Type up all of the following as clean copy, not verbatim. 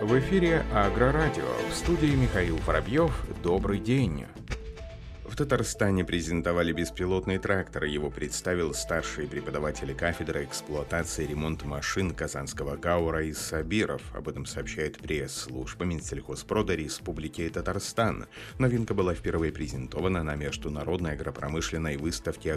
В эфире Агрорадио. В студии Михаил Воробьев. Добрый день. В Татарстане презентовали беспилотный трактор. Его представил старший преподаватель кафедры эксплуатации и ремонта машин Казанского ГАУ Раис Сабиров. Об этом сообщает пресс-служба Минсельхозпрода Республики Татарстан. Новинка была впервые презентована на международной агропромышленной выставке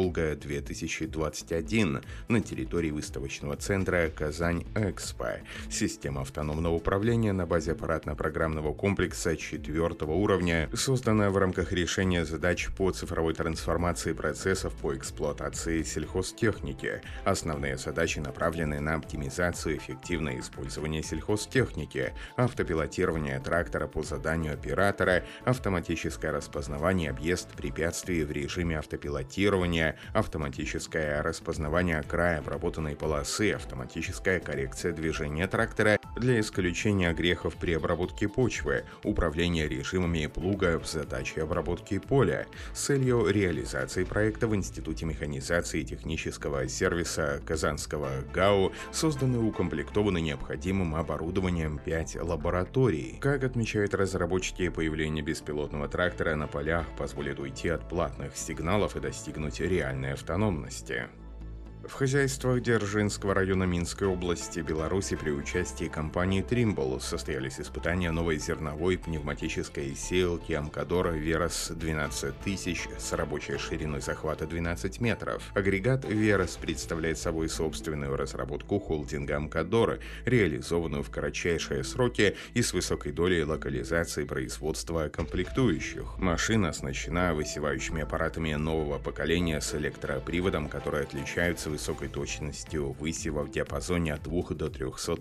«Агроволга-2021» на территории выставочного центра «Казань-Экспо». Система автономного управления на базе аппаратно-программного комплекса 4-го уровня создана в рамках решения задач по цифровой трансформации процессов по эксплуатации сельхозтехники. Основные задачи направлены на оптимизацию и эффективное использование сельхозтехники, автопилотирование трактора по заданию оператора, автоматическое распознавание и объезд препятствий в режиме автопилотирования, автоматическое распознавание края обработанной полосы, автоматическая коррекция движения трактора для исключения огрехов при обработке почвы, управление режимами плуга в задаче обработки поля. С целью реализации проекта в Институте механизации и технического сервиса Казанского ГАУ созданы и укомплектованы необходимым оборудованием 5 лабораторий. Как отмечают разработчики, появление беспилотного трактора на полях позволит уйти от платных сигналов и достигнуть реальной автономности. В хозяйствах Дзержинского района Минской области Беларуси при участии компании Trimble состоялись испытания новой зерновой пневматической сеялки Амкадор Верос 12000 с рабочей шириной захвата 12 метров. Агрегат Верос представляет собой собственную разработку холдинга Амкадор, реализованную в кратчайшие сроки и с высокой долей локализации производства комплектующих. Машина оснащена высевающими аппаратами нового поколения с электроприводом, которые отличаются высокой точностью высева в диапазоне от 2 до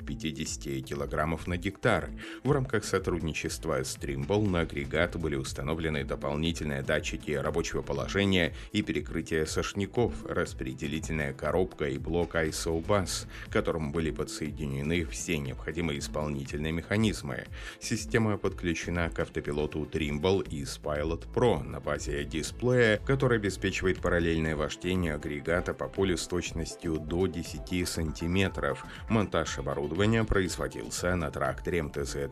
350 кг на гектар. В рамках сотрудничества с Trimble на агрегат были установлены дополнительные датчики рабочего положения и перекрытия сошников, распределительная коробка и блок ISO-BUS, к которым были подсоединены все необходимые исполнительные механизмы. Система подключена к автопилоту Trimble из Pilot Pro на базе дисплея, который обеспечивает параллельное вождение агрегата по полю с точностью до 10 сантиметров. Монтаж оборудования производился на тракторе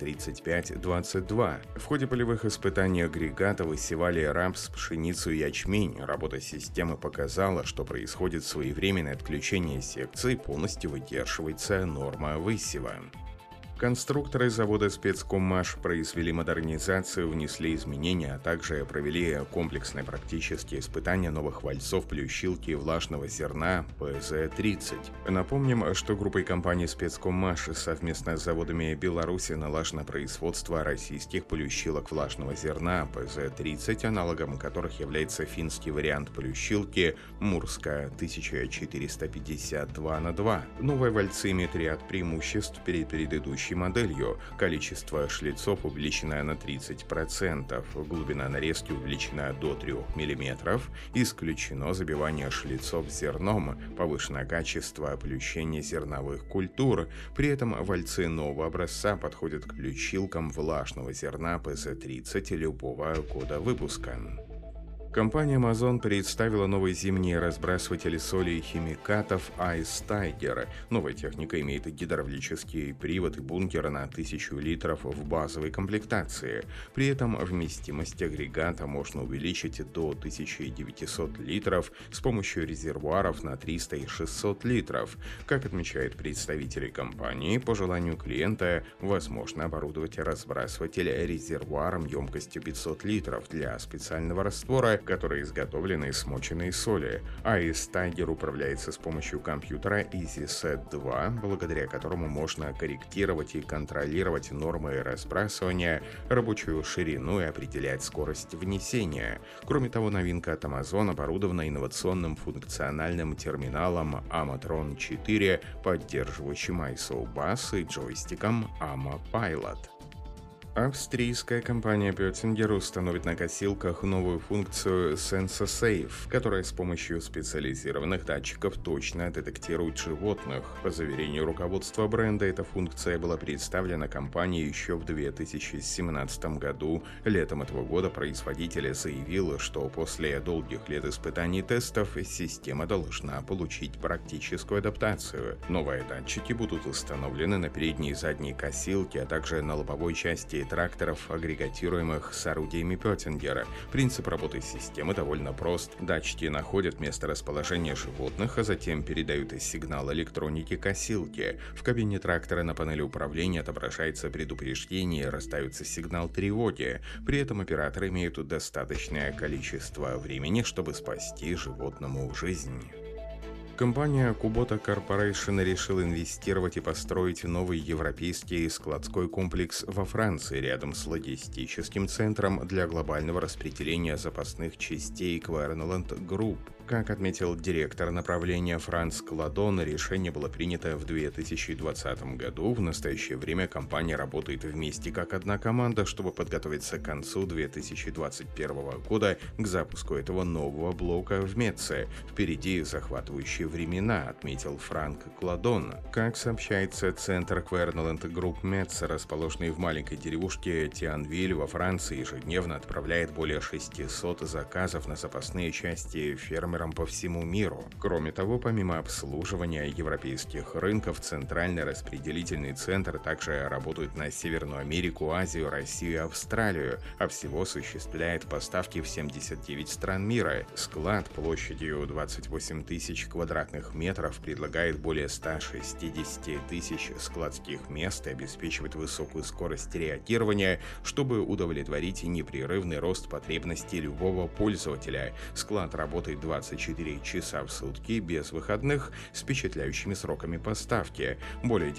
МТЗ-3522. В ходе полевых испытаний агрегата высевали рапс, пшеницу и ячмень. Работа системы показала, что происходит своевременное отключение секций, полностью выдерживается норма высева. Конструкторы завода «Спецкоммаш» произвели модернизацию, внесли изменения, а также провели комплексные практические испытания новых вальцов плющилки влажного зерна ПЗ-30. Напомним, что группой компании «Спецкоммаш» совместно с заводами Беларуси налажено производство российских плющилок влажного зерна ПЗ-30, аналогом которых является финский вариант плющилки Мурска 1452/2. Новые вальцы имеют ряд преимуществ перед предыдущей моделью. Количество шлицов увеличено на 30%, глубина нарезки увеличена до 3 мм, исключено забивание шлицов зерном, повышенное качество плющения зерновых культур. При этом вальцы нового образца подходят к плющилкам влажного зерна ПЗ-30 любого года выпуска. Компания Amazon представила новый зимний разбрасыватель соли и химикатов Ice Tiger. Новая техника имеет гидравлический привод и бункер на 1000 литров в базовой комплектации. При этом вместимость агрегата можно увеличить до 1900 литров с помощью резервуаров на 300 и 600 литров. Как отмечают представители компании, по желанию клиента возможно оборудовать разбрасыватель резервуаром емкостью 500 литров для специального раствора, который изготовлен из смоченной соли. Ice Tiger управляется с помощью компьютера EasySet 2, благодаря которому можно корректировать и контролировать нормы разбрасывания, рабочую ширину и определять скорость внесения. Кроме того, новинка от Amazon оборудована инновационным функциональным терминалом Amatron 4, поддерживающим ISO-BUS и джойстиком AMA Pilot. Австрийская компания Pöttinger установит на косилках новую функцию SensoSafe, которая с помощью специализированных датчиков точно детектирует животных. По заверению руководства бренда, эта функция была представлена компанией еще в 2017 году. Летом этого года производитель заявил, что после долгих лет испытаний и тестов система должна получить практическую адаптацию. Новые датчики будут установлены на передней и задней косилке, а также на лобовой части тракторов, агрегатируемых с орудиями Pöttinger. Принцип работы системы довольно прост. Датчики находят место расположения животных, а затем передают сигнал электроники косилке. В кабине трактора на панели управления отображается предупреждение и раздается сигнал тревоги. При этом операторы имеют достаточное количество времени, чтобы спасти животному жизнь. Компания Kubota Corporation решила инвестировать и построить новый европейский складской комплекс во Франции рядом с логистическим центром для глобального распределения запасных частей Querenland Group. Как отметил директор направления Франц Кладон, решение было принято в 2020 году. В настоящее время компания работает вместе как одна команда, чтобы подготовиться к концу 2021 года к запуску этого нового блока в Меце. Впереди захватывающие времена, отметил Франк Кладон. Как сообщается, центр Querenland Group Metz, расположенный в маленькой деревушке Тианвиль во Франции, ежедневно отправляет более 600 заказов на запасные части фермерам по всему миру. Кроме того, помимо обслуживания европейских рынков, Центральный распределительный центр также работает на Северную Америку, Азию, Россию и Австралию, а всего осуществляет поставки в 79 стран мира. Склад площадью 28 тысяч квадратных метров предлагает более 160 тысяч складских мест и обеспечивает высокую скорость реагирования, чтобы удовлетворить непрерывный рост потребностей любого пользователя. Склад работает 24 часа в сутки без выходных с впечатляющими сроками поставки, более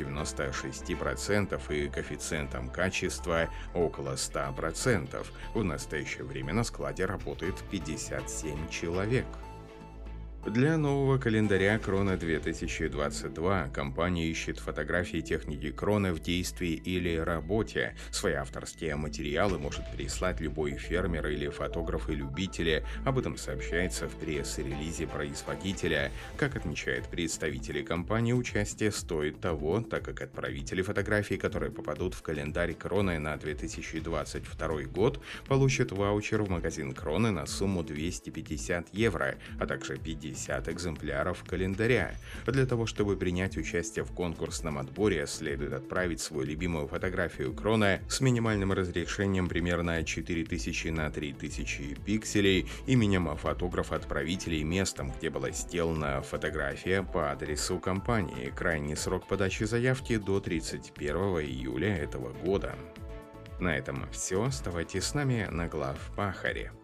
96% и коэффициентом качества около 100%. В настоящее время на складе работает 57 человек. Для нового календаря Крона 2022 компания ищет фотографии техники Крона в действии или работе. Свои авторские материалы может прислать любой фермер или фотограф и любители. Об этом сообщается в пресс-релизе производителя. Как отмечают представители компании, участие стоит того, так как отправители фотографий, которые попадут в календарь Кроны на 2022 год, получат ваучер в магазин Кроны на сумму 250 евро, а также 50 экземпляров календаря. Для того, чтобы принять участие в конкурсном отборе, следует отправить свою любимую фотографию Крона с минимальным разрешением примерно 4000 на 3000 пикселей, именем фотографа-отправителя и местом, где была сделана фотография, по адресу компании. Крайний срок подачи заявки до 31 июля этого года. На этом все. Оставайтесь с нами на Главпахаре.